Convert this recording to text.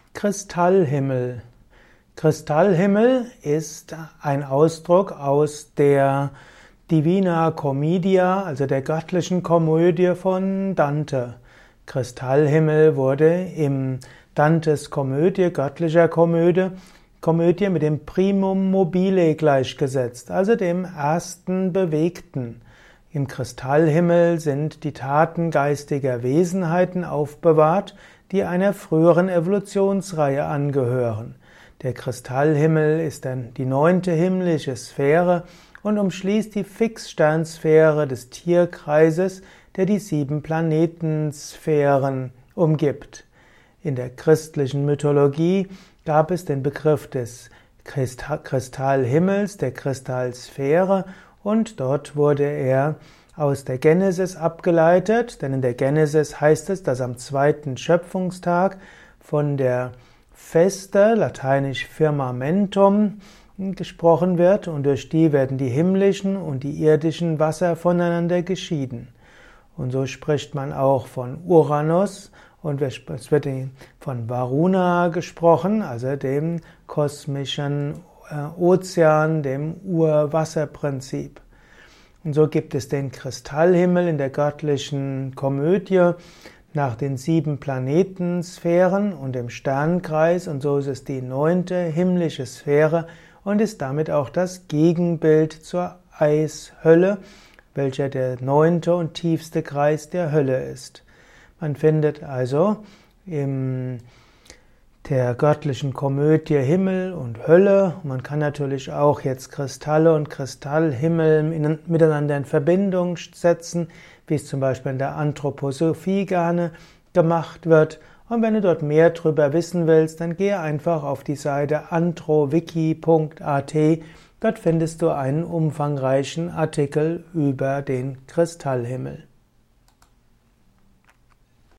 Kristallhimmel. Kristallhimmel ist ein Ausdruck aus der Divina Commedia, also der göttlichen Komödie von Dante. Kristallhimmel wurde im Dantes Komödie, göttlicher Komödie mit dem Primum mobile gleichgesetzt, also dem ersten Bewegten. Im Kristallhimmel sind die Taten geistiger Wesenheiten aufbewahrt, die einer früheren Evolutionsreihe angehören. Der Kristallhimmel ist die 9. himmlische Sphäre und umschließt die Fixsternsphäre des Tierkreises, der die 7 Planetensphären umgibt. In der christlichen Mythologie gab es den Begriff des Kristallhimmels, der Kristallsphäre, und dort wurde er aus der Genesis abgeleitet, denn in der Genesis heißt es, dass am 2. Schöpfungstag von der Feste, lateinisch Firmamentum, gesprochen wird, und durch die werden die himmlischen und die irdischen Wasser voneinander geschieden. Und so spricht man auch von Uranus, und es wird von Varuna gesprochen, also dem kosmischen Ozean, dem Urwasserprinzip. Und so gibt es den Kristallhimmel in der göttlichen Komödie nach den 7 Planetensphären und dem Sternkreis, und so ist es die 9. himmlische Sphäre und ist damit auch das Gegenbild zur Eishölle, welcher der 9. und tiefste Kreis der Hölle ist. Man findet also in der göttlichen Komödie Himmel und Hölle. Man kann natürlich auch jetzt Kristalle und Kristallhimmel miteinander in Verbindung setzen, wie es zum Beispiel in der Anthroposophie gerne gemacht wird. Und wenn du dort mehr drüber wissen willst, dann gehe einfach auf die Seite anthrowiki.at. Dort findest du einen umfangreichen Artikel über den Kristallhimmel.